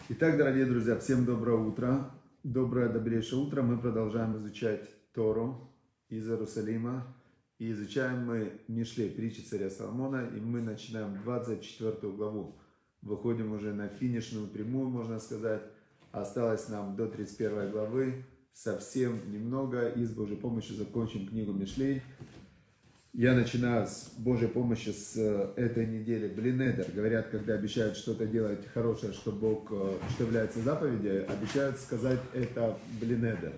Итак, дорогие друзья, всем доброе утро. Доброе, добрейшее утро. Мы продолжаем изучать Тору из Иерусалима. И изучаем мы Мишлей, притчи царя Соломона. И мы начинаем 24 главу. Выходим уже на финишную прямую, можно сказать. Осталось нам до 31 главы совсем немного. И с Божьей помощью закончим книгу Мишлей. Я начинаю с Божьей помощи с этой недели. Блинедер. Говорят, когда обещают что-то делать хорошее, что Бог, что является заповедью, обещают сказать это блинедер.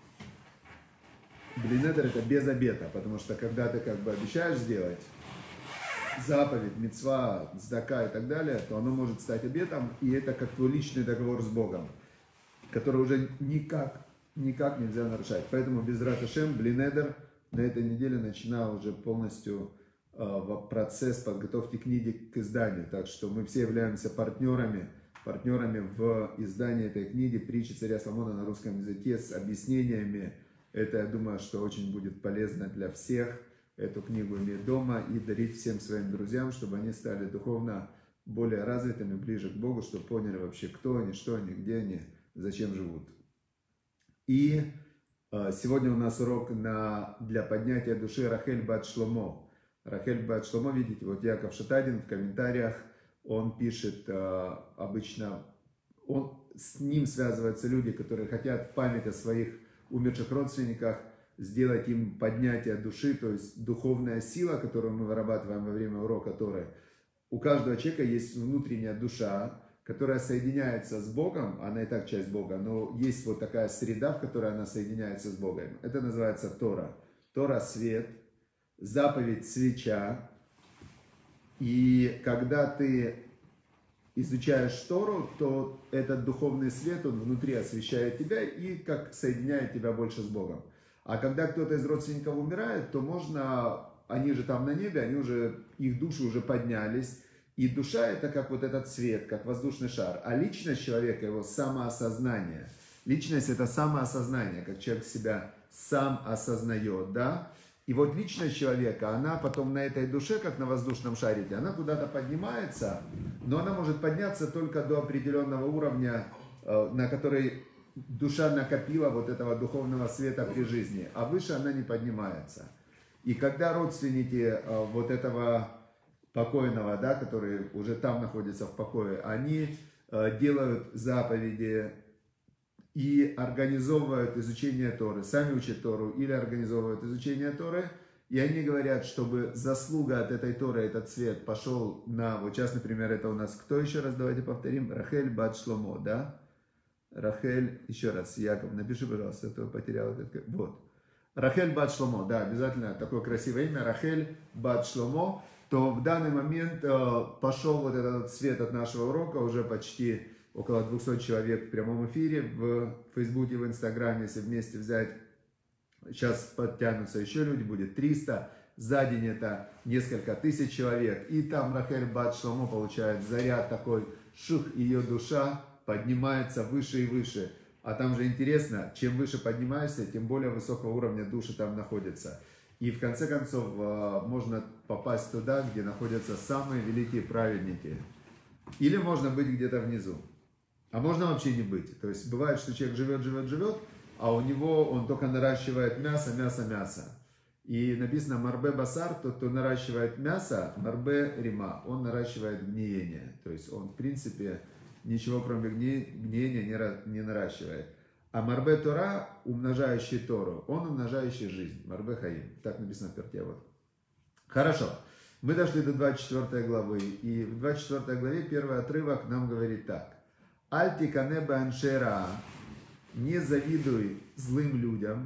Блинедер это без обета, потому что когда ты как бы обещаешь сделать заповедь, мицва, цдака и так далее, то оно может стать обетом, и это как твой личный договор с Богом, который уже никак нельзя нарушать. Поэтому без Безрат Ашем, блинедер, на этой неделе начинал уже полностью процесс подготовки книги к изданию. Так что мы все являемся партнерами в издании этой книги «Притчи царя Соломона» на русском языке с объяснениями. Это, я думаю, что очень будет полезно для всех. Эту книгу иметь дома и дарить всем своим друзьям, чтобы они стали духовно более развитыми, ближе к Богу, чтобы поняли вообще, кто они, что они, где они, зачем живут. И сегодня у нас урок для поднятия души Рахель бат Шломо. Рахель бат Шломо, видите, вот Яков Шатадин в комментариях, он пишет обычно, с ним связываются люди, которые хотят в память о своих умерших родственниках сделать им поднятие души, то есть духовная сила, которую мы вырабатываем во время урока Торы. У каждого человека есть внутренняя душа, которая соединяется с Богом, она и так часть Бога, но есть вот такая среда, в которой она соединяется с Богом. Это называется Тора. Тора – свет, заповедь – свеча. И когда ты изучаешь Тору, то этот духовный свет, он внутри освещает тебя и как соединяет тебя больше с Богом. А когда кто-то из родственников умирает, то можно, они же там на небе, их души уже поднялись. И душа это как вот этот свет, как воздушный шар. А личность человека, его самоосознание. Личность это самоосознание, как человек себя сам осознает, да? И вот личность человека, она потом на этой душе, как на воздушном шарике, она куда-то поднимается, но она может подняться только до определенного уровня, на который душа накопила вот этого духовного света при жизни, а выше она не поднимается. И когда родственники вот этого покойного, да, который уже там находится в покое, они делают заповеди и организовывают изучение Торы, сами учат Тору или организовывают изучение Торы, и они говорят, чтобы заслуга от этой Торы, этот свет пошел на, вот сейчас, например, это у нас кто еще раз, давайте повторим, Рахель бат Шломо, да? Рахель, еще раз, Яков, напиши, пожалуйста, кто потерял этот, вот. Рахель бат Шломо, да, обязательно такое красивое имя, Рахель бат Шломо. То в данный момент пошел вот этот свет от нашего урока, уже почти около 200 человек в прямом эфире, в Фейсбуке, в Инстаграме, если вместе взять, сейчас подтянутся еще люди, будет 300, за день это несколько тысяч человек, и там Рахель бат Шломо получает заряд такой, шух, ее душа поднимается выше и выше, а там же интересно, чем выше поднимаешься, тем более высокого уровня души там находится. И в конце концов можно попасть туда, где находятся самые великие праведники. Или можно быть где-то внизу. А можно вообще не быть. То есть бывает, что человек живет, а у него он только наращивает мясо. И написано марбе басар, тот, кто наращивает мясо, марбе рима, он наращивает гниение. То есть он в принципе ничего кроме гниения не наращивает. А Марбе Тора, умножающий Тору, он умножающий жизнь. Марбе Хаим. Так написано в Перкевод. Хорошо. Мы дошли до 24 главы. И в 24 главе первый отрывок нам говорит так. Альти канеба аншера. Не завидуй злым людям.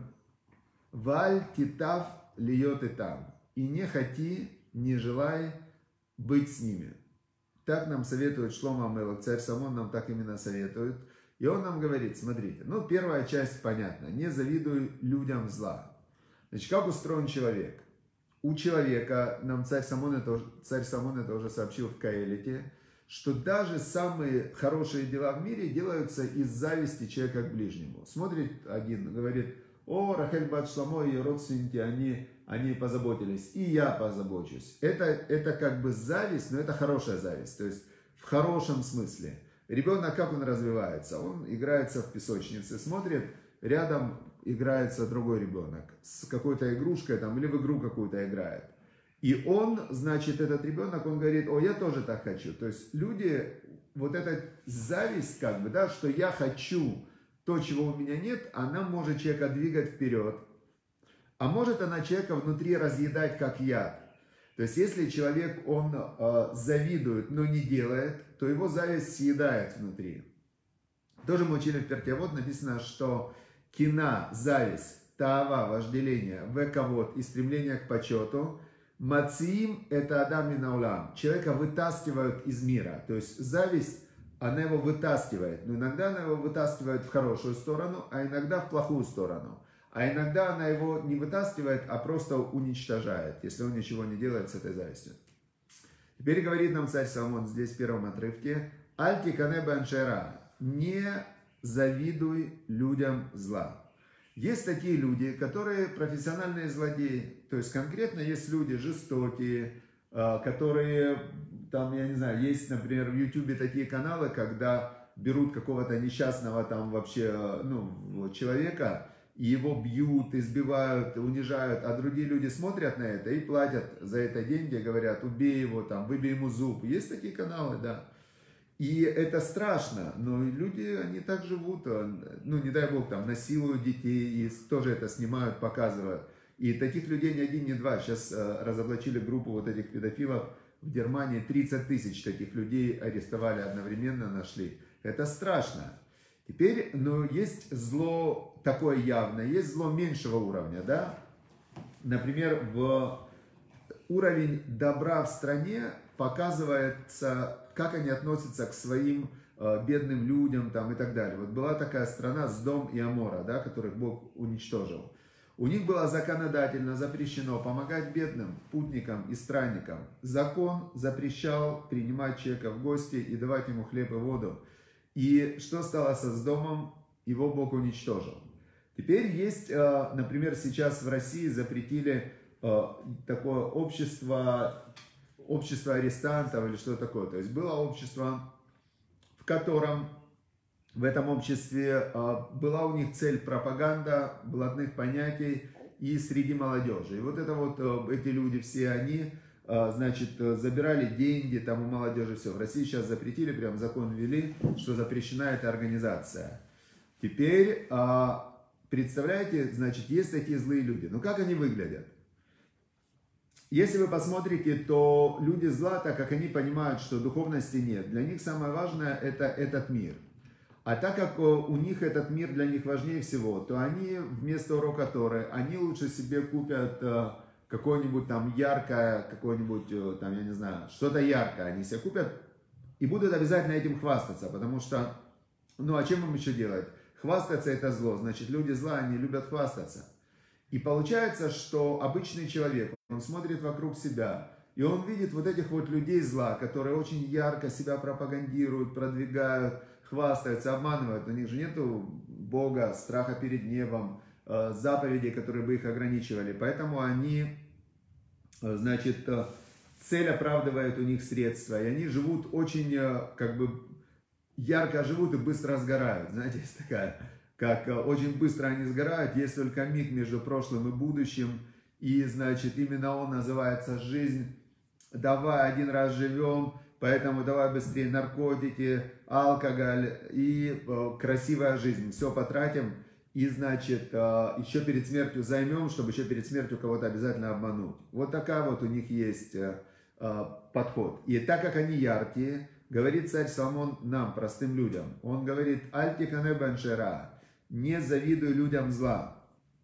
Валь титав льет и там. И не хоти, не желай быть с ними. Так нам советует Шломо Амелех. Царь Соломон нам так именно советует. И он нам говорит, смотрите, первая часть понятна, не завидуй людям зла. Значит, как устроен человек? У человека, нам царь Соломон это уже сообщил в Каэлите, что даже самые хорошие дела в мире делаются из зависти человека к ближнему. Смотрит один, говорит, о, Рахель бат Шломо и ее родственники, они позаботились, и я позабочусь. Это как бы зависть, но это хорошая зависть, то есть в хорошем смысле. Ребенок, как он развивается? Он играется в песочнице, смотрит, рядом играется другой ребенок с какой-то игрушкой там, или в игру какую-то играет. И он, значит, этот ребенок, он говорит: о, я тоже так хочу. То есть люди, вот эта зависть, как бы, да, что я хочу то, чего у меня нет, она может человека двигать вперед. А может она человека внутри разъедать, как яд. То есть, если человек, он завидует, но не делает, то его зависть съедает внутри. Тоже мы учили в Перкей Авот, написано, что кина, зависть, таава, вожделение, вековод и стремление к почету, мациим – это адам мин хаолам. Человека вытаскивают из мира. То есть, зависть, она его вытаскивает. Но иногда она его вытаскивает в хорошую сторону, а иногда в плохую сторону. А иногда она его не вытаскивает, а просто уничтожает, если он ничего не делает с этой завистью. Теперь говорит нам царь Соломон здесь в первом отрывке: «Аль тикане бе-аншей-ра» – не завидуй людям зла. Есть такие люди, которые профессиональные злодеи. То есть конкретно есть люди жестокие, которые, там, я не знаю, есть, например, в Ютубе такие каналы, когда берут какого-то несчастного там вообще, ну, человека, и его бьют, избивают, унижают, а другие люди смотрят на это и платят за это деньги, говорят: убей его, там, выбей ему зуб. Есть такие каналы, да. И это страшно, но люди, они так живут, ну, не дай бог, там, насилуют детей, и тоже это снимают, показывают. И таких людей ни один, ни два. Сейчас разоблачили группу вот этих педофилов в Германии, 30 тысяч таких людей арестовали одновременно, нашли. Это страшно. Теперь, ну, есть зло такое явное, есть зло меньшего уровня, да. Например, уровень добра в стране показывается, как они относятся к своим бедным людям там, и так далее. Вот была такая страна Сдом и Амора, да, которых Бог уничтожил. У них было законодательно запрещено помогать бедным, путникам и странникам. Закон запрещал принимать человека в гости и давать ему хлеб и воду. И что стало со Сдомом? Его Бог уничтожил. Теперь есть, например, сейчас в России запретили такое общество арестантов или что такое. То есть было общество, в котором, в этом обществе была у них цель пропаганда блатных понятий и среди молодежи. И вот это вот эти люди все, они, значит, забирали деньги там у молодежи, все. В России сейчас запретили, прям закон ввели, что запрещена эта организация. Теперь, представляете, значит, есть такие злые люди. Но как они выглядят? Если вы посмотрите, то люди зла, так как они понимают, что духовности нет, для них самое важное – это этот мир. А так как у них этот мир для них важнее всего, то они вместо урока Торы, они лучше себе купят какое-нибудь там яркое, какое-нибудь там, я не знаю, что-то яркое они себе купят и будут обязательно этим хвастаться, потому что, ну а чем им еще делать? Хвастаться – это зло, значит, люди зла, они любят хвастаться. И получается, что обычный человек, он смотрит вокруг себя, и он видит вот этих вот людей зла, которые очень ярко себя пропагандируют, продвигают, хвастаются, обманывают. У них же нету Бога, страха перед небом, заповедей, которые бы их ограничивали. Поэтому они, значит, цель оправдывает у них средства. И они живут очень, как бы, ярко живут и быстро сгорают. Знаете, есть такая... Как очень быстро они сгорают, есть только миг между прошлым и будущим, и, значит, именно он называется жизнь. Давай один раз живем, поэтому давай быстрее наркотики, алкоголь и красивая жизнь. Все потратим и, значит, еще перед смертью займем, чтобы еще перед смертью кого-то обязательно обмануть. Вот такая вот у них есть подход. И так как они яркие, говорит царь Соломон нам, простым людям, он говорит: «Аль тикане бе-аншей-ра» – не завидуй людям зла.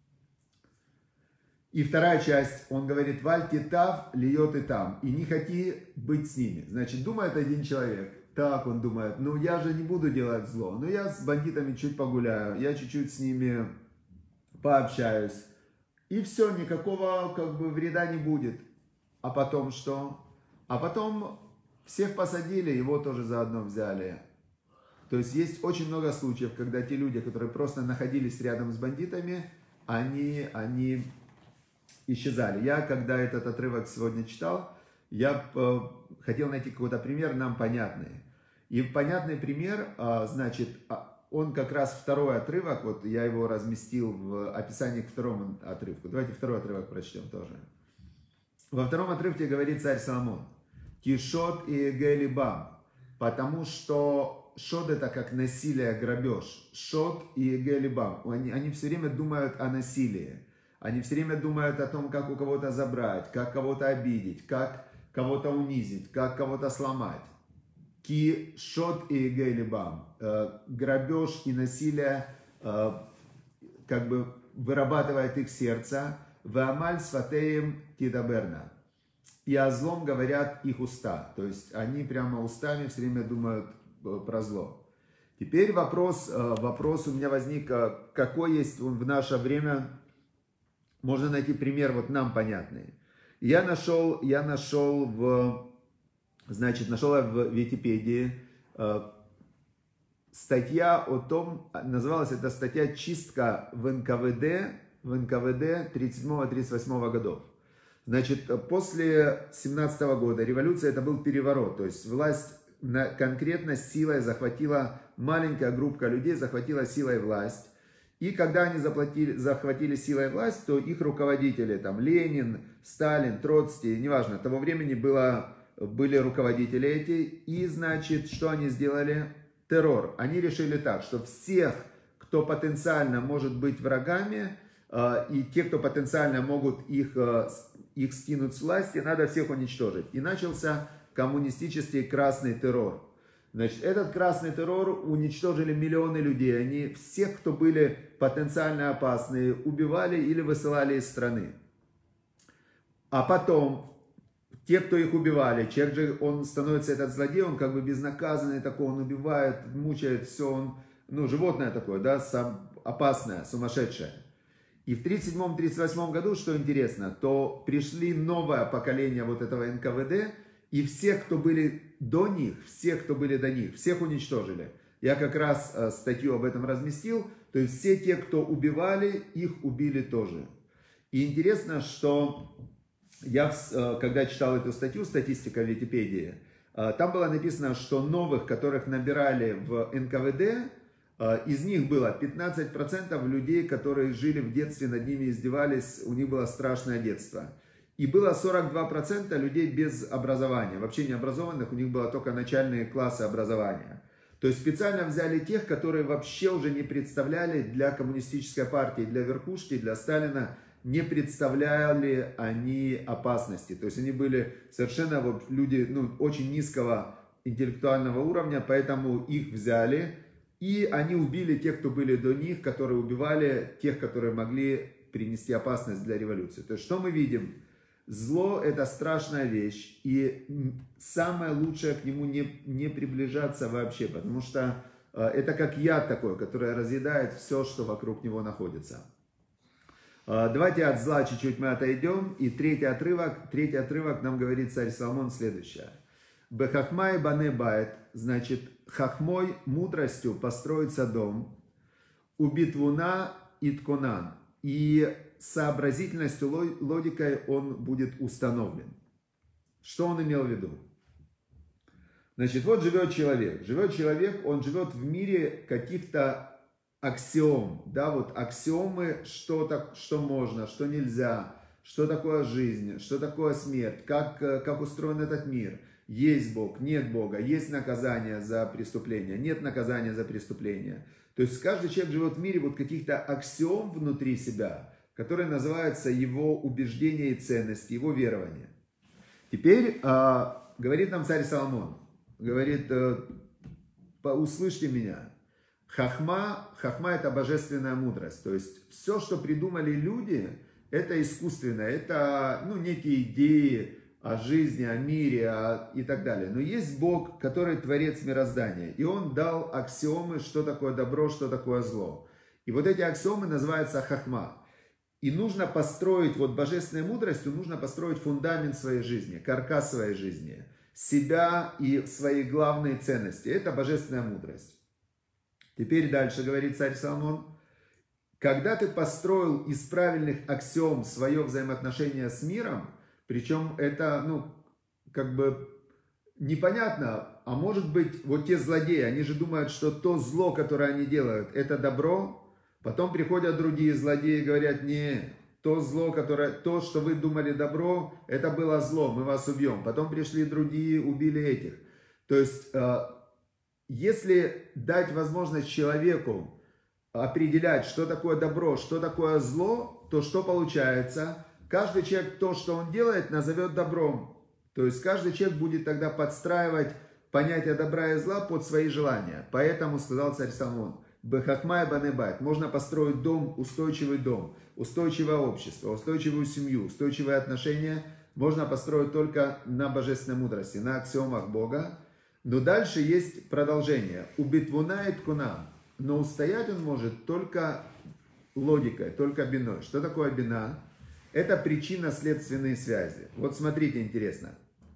И вторая часть, он говорит: «Валь титав льет и там», и не хоти быть с ними. Значит, думает один человек, так он думает: ну я же не буду делать зло, но я с бандитами чуть погуляю, я чуть-чуть с ними пообщаюсь, и все, никакого как бы вреда не будет. А потом что? А потом всех посадили, его тоже заодно взяли. То есть есть очень много случаев, когда те люди, которые просто находились рядом с бандитами, они исчезали. Я, когда этот отрывок сегодня читал, я хотел найти какой-то пример нам понятный. И понятный пример, значит, он как раз второй отрывок, вот я его разместил в описании к второму отрывку. Давайте второй отрывок прочтем тоже. Во втором отрывке говорит царь Соломон: «Кишот и Гелибам», потому что шот это как насилие, грабеж. Шот и Гелибам, они все время думают о насилии. Они все время думают о том, как у кого-то забрать, как кого-то обидеть, как кого-то унизить, как кого-то сломать. Ки шот и гейлибам, грабеж и насилие как бы вырабатывает их сердце. Ваамаль сватеем тидаберна. И о злом говорят их уста. То есть они прямо устами все время думают про зло. Теперь вопрос у меня возник, какой есть в наше время, можно найти пример вот нам понятный. Я нашел в Википедии статья о том, называлась эта статья «Чистка в НКВД 37-38 годов». Значит, после 17 года революция это был переворот, то есть власть конкретно силой захватила, маленькая группа людей захватила силой власть. И когда они захватили силой власть, то их руководители, там Ленин, Сталин, Троцкий, неважно, того времени были руководители эти. И, значит, что они сделали? Террор. Они решили так, что всех, кто потенциально может быть врагами, и те, кто потенциально могут их скинуть с власти, надо всех уничтожить. И начался коммунистический красный террор. Значит, этот красный террор уничтожили миллионы людей. Они всех, кто были потенциально опасные, убивали или высылали из страны. А потом, те, кто их убивали, человек же, он становится этот злодей, он как бы безнаказанный такой, он убивает, мучает, все, он, животное такое, да, опасное, сумасшедшее. И в 1937-1938 году, что интересно, то пришли новое поколение вот этого НКВД, и все, кто были до них, всех уничтожили. Я как раз статью об этом разместил. То есть все те, кто убивали, их убили тоже. И интересно, что я, когда читал эту статью, статистика в Википедии, там было написано, что новых, которых набирали в НКВД, из них было 15% людей, которые жили в детстве, над ними издевались, у них было страшное детство. И было 42% людей без образования, вообще необразованных, у них было только начальные классы образования. То есть специально взяли тех, которые вообще уже не представляли для коммунистической партии, для верхушки, для Сталина, не представляли они опасности. То есть они были совершенно вот люди очень низкого интеллектуального уровня, поэтому их взяли. И они убили тех, кто были до них, которые убивали тех, которые могли принести опасность для революции. То есть что мы видим? Зло – это страшная вещь, и самое лучшее к нему не приближаться вообще, потому что это как яд такой, который разъедает все, что вокруг него находится. Давайте от зла чуть-чуть мы отойдем, и третий отрывок нам говорит царь Соломон следующее. «Бехахмай бане байт», значит, хахмой, мудростью построится дом, убитвуна итконан, и сообразительностью, логикой он будет установлен. Что он имел в виду? Значит, вот живет человек, он живет в мире каких-то аксиом, да, вот аксиомы, что можно, что нельзя, что такое жизнь, что такое смерть, как устроен этот мир. Есть Бог, нет Бога, есть наказание за преступление, нет наказания за преступление. То есть каждый человек живет в мире вот каких-то аксиом внутри себя, которые называются его убеждения и ценности, его верования. Теперь говорит нам царь Соломон, говорит, услышьте меня, хахма это божественная мудрость, то есть все, что придумали люди, это искусственное, это некие идеи о жизни, о мире и так далее. Но есть Бог, который творец мироздания, и Он дал аксиомы, что такое добро, что такое зло. И вот эти аксиомы называются хахма. И нужно построить, вот божественной мудростью, нужно построить фундамент своей жизни, каркас своей жизни, себя и свои главные ценности. Это божественная мудрость. Теперь дальше говорит царь Соломон. Когда ты построил из правильных аксиом свое взаимоотношение с миром, причем это, непонятно, а может быть, вот те злодеи, они же думают, что то зло, которое они делают, это добро. Потом приходят другие злодеи и говорят: не, то зло, то, что вы думали добро, это было зло, мы вас убьем. Потом пришли другие, убили этих. То есть, если дать возможность человеку определять, что такое добро, что такое зло, то что получается? Каждый человек то, что он делает, назовет добром. То есть каждый человек будет тогда подстраивать понятие добра и зла под свои желания. Поэтому сказал царь Соломон: «Бехахмай банебайт». Можно построить дом, устойчивое общество, устойчивую семью, устойчивые отношения. Можно построить только на божественной мудрости, на аксиомах Бога. Но дальше есть продолжение. «Убитвунает кунам». Но устоять он может только логикой, только биной. Что такое бина? Это причинно-следственные связи. Вот смотрите, интересно.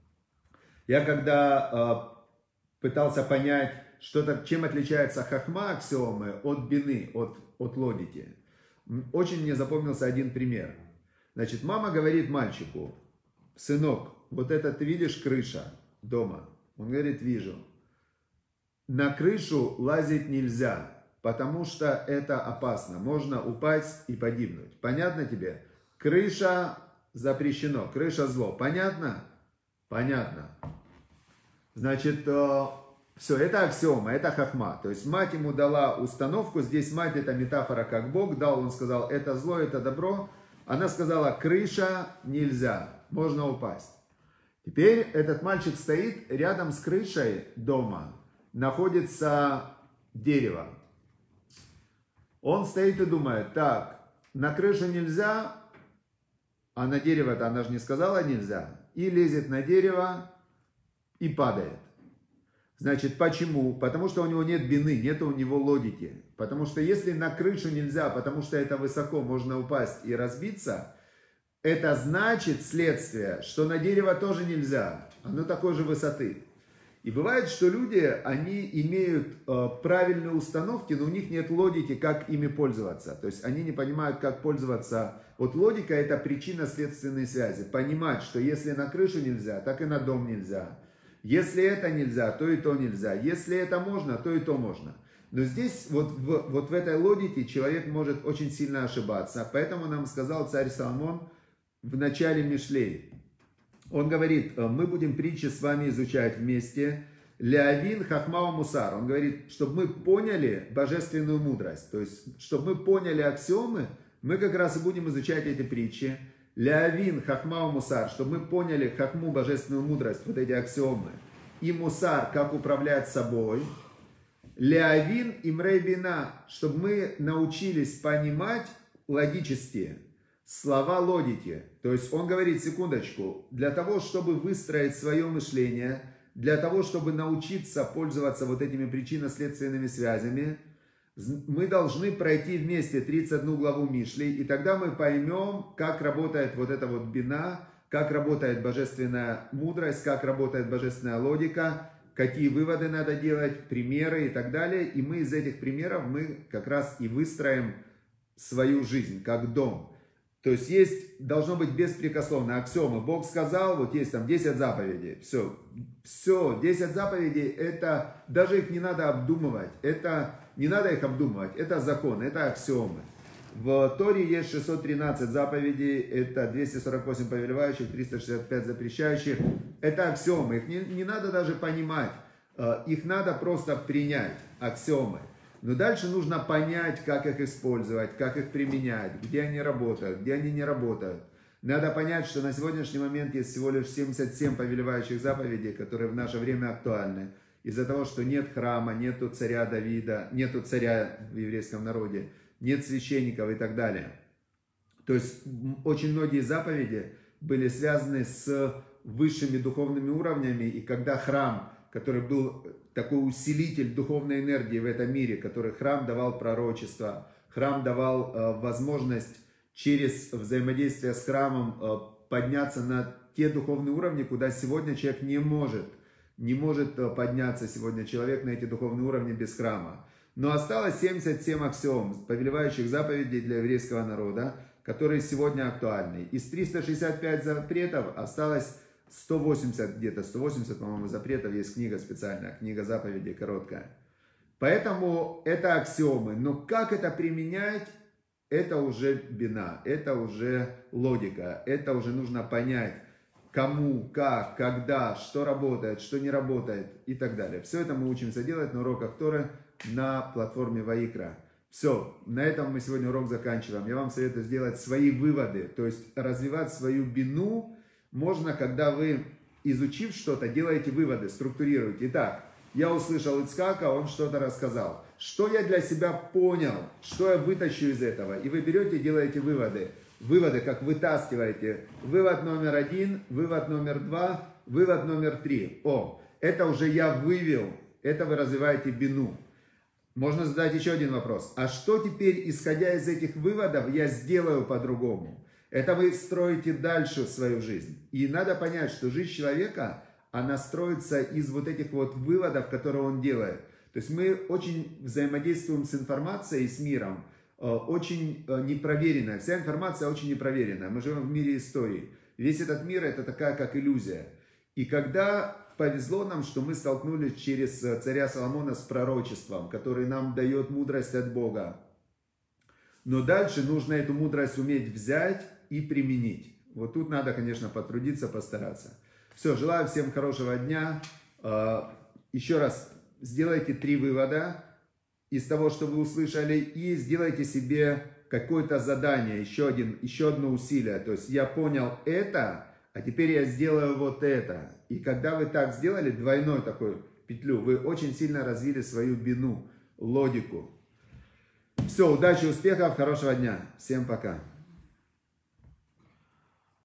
Я когда пытался понять, чем отличается хахма аксиомы от бины, от логики, очень мне запомнился один пример. Значит, мама говорит мальчику: сынок, вот это ты видишь крыша дома? Он говорит: вижу. На крышу лазить нельзя, потому что это опасно. Можно упасть и погибнуть. Понятно тебе? Крыша запрещено, крыша зло. Понятно? Понятно. Значит, все, это аксиома, это хахма. То есть мать ему дала установку. Здесь мать — это метафора, как Бог дал. Он сказал: это зло, это добро. Она сказала: крыша нельзя, можно упасть. Теперь этот мальчик стоит рядом с крышей дома. Находится дерево. Он стоит и думает: так, на крышу нельзя, а на дерево-то она же не сказала нельзя. И лезет на дерево и падает. Значит, почему? Потому что у него нет бины, нет у него логики. Потому что если на крышу нельзя, потому что это высоко, можно упасть и разбиться, это значит следствие, что на дерево тоже нельзя. Оно такой же высоты. И бывает, что люди, они имеют правильные установки, но у них нет логики, как ими пользоваться. То есть они не понимают, как пользоваться. Вот логика — это причинно-следственные связи. Понимать, что если на крышу нельзя, так и на дом нельзя. Если это нельзя, то и то нельзя. Если это можно, то и то можно. Но здесь, вот в этой логике, человек может очень сильно ошибаться. Поэтому нам сказал царь Соломон в начале Мишлей. Он говорит: мы будем притчи с вами изучать вместе. Леавин хахмау мусар. Он говорит, чтобы мы поняли божественную мудрость. То есть, чтобы мы поняли аксиомы, мы как раз и будем изучать эти притчи. Леавин хахмау мусар. Чтобы мы поняли хахму, божественную мудрость, вот эти аксиомы. И мусар, как управлять собой. Леавин имрей бина. Чтобы мы научились понимать логически слова логики. То есть он говорит, секундочку, для того, чтобы выстроить свое мышление, для того, чтобы научиться пользоваться вот этими причинно-следственными связями, мы должны пройти вместе 31 главу Мишлей, и тогда мы поймем, как работает вот эта вот бина, как работает божественная мудрость, как работает божественная логика, какие выводы надо делать, примеры и так далее. И мы из этих примеров мы как раз и выстроим свою жизнь, как дом. То есть должно быть беспрекословно аксиомы. Бог сказал, вот есть там 10 заповедей. Все, 10 заповедей, это даже их не надо обдумывать. Не надо их обдумывать. Это закон, это аксиомы. В Торе есть 613 заповедей, это 248 повелевающих, 365 запрещающих. Это аксиомы, их не надо даже понимать. Их надо просто принять, аксиомы. Но дальше нужно понять, как их использовать, как их применять, где они работают, где они не работают. Надо понять, что на сегодняшний момент есть всего лишь 77 повелевающих заповедей, которые в наше время актуальны. Из-за того, что нет храма, нету царя Давида, нету царя в еврейском народе, нет священников и так далее. То есть очень многие заповеди были связаны с высшими духовными уровнями, и когда храм, который был такой усилитель духовной энергии в этом мире, который храм давал пророчество, храм давал возможность через взаимодействие с храмом подняться на те духовные уровни, куда сегодня человек не может подняться сегодня человек на эти духовные уровни без храма. Но осталось 77 аксиом, повелевающих заповедей для еврейского народа, которые сегодня актуальны. Из 365 запретов осталось 180 где-то, 180, по-моему, запретов, есть книга специальная, книга заповедей короткая. Поэтому это аксиомы, но как это применять, это уже бина, это уже логика, это уже нужно понять, кому, как, когда, что работает, что не работает и так далее. Все это мы учимся делать на уроках Торы на платформе Ваикра. Все, на этом мы сегодня урок заканчиваем. Я вам советую сделать свои выводы, то есть развивать свою бину можно, когда вы, изучив что-то, делаете выводы, структурируете. Итак, я услышал Ицхака, он что-то рассказал. Что я для себя понял, что я вытащу из этого? И вы берете и делаете выводы. Выводы, как вытаскиваете. Вывод номер 1, вывод номер 2, вывод номер 3. О, это уже я вывел, это вы развиваете бину. Можно задать еще один вопрос. А что теперь, исходя из этих выводов, я сделаю по-другому? Это вы строите дальше свою жизнь. И надо понять, что жизнь человека, она строится из вот этих вот выводов, которые он делает. То есть мы очень взаимодействуем с информацией, с миром, очень непроверенная. Вся информация очень непроверенная. Мы живем в мире истории. Весь этот мир это такая как иллюзия. И когда повезло нам, что мы столкнулись через царя Соломона с пророчеством, который нам дает мудрость от Бога. Но дальше нужно эту мудрость уметь взять и применить. Вот тут надо, конечно, потрудиться, постараться. Все, желаю всем хорошего дня. Еще раз, сделайте 3 вывода из того, что вы услышали, и сделайте себе какое-то задание, еще одно усилие. То есть я понял это, а теперь я сделаю вот это. И когда вы так сделали, двойной такой петлю, вы очень сильно развили свою бину, логику. Все, удачи, успехов, хорошего дня. Всем пока.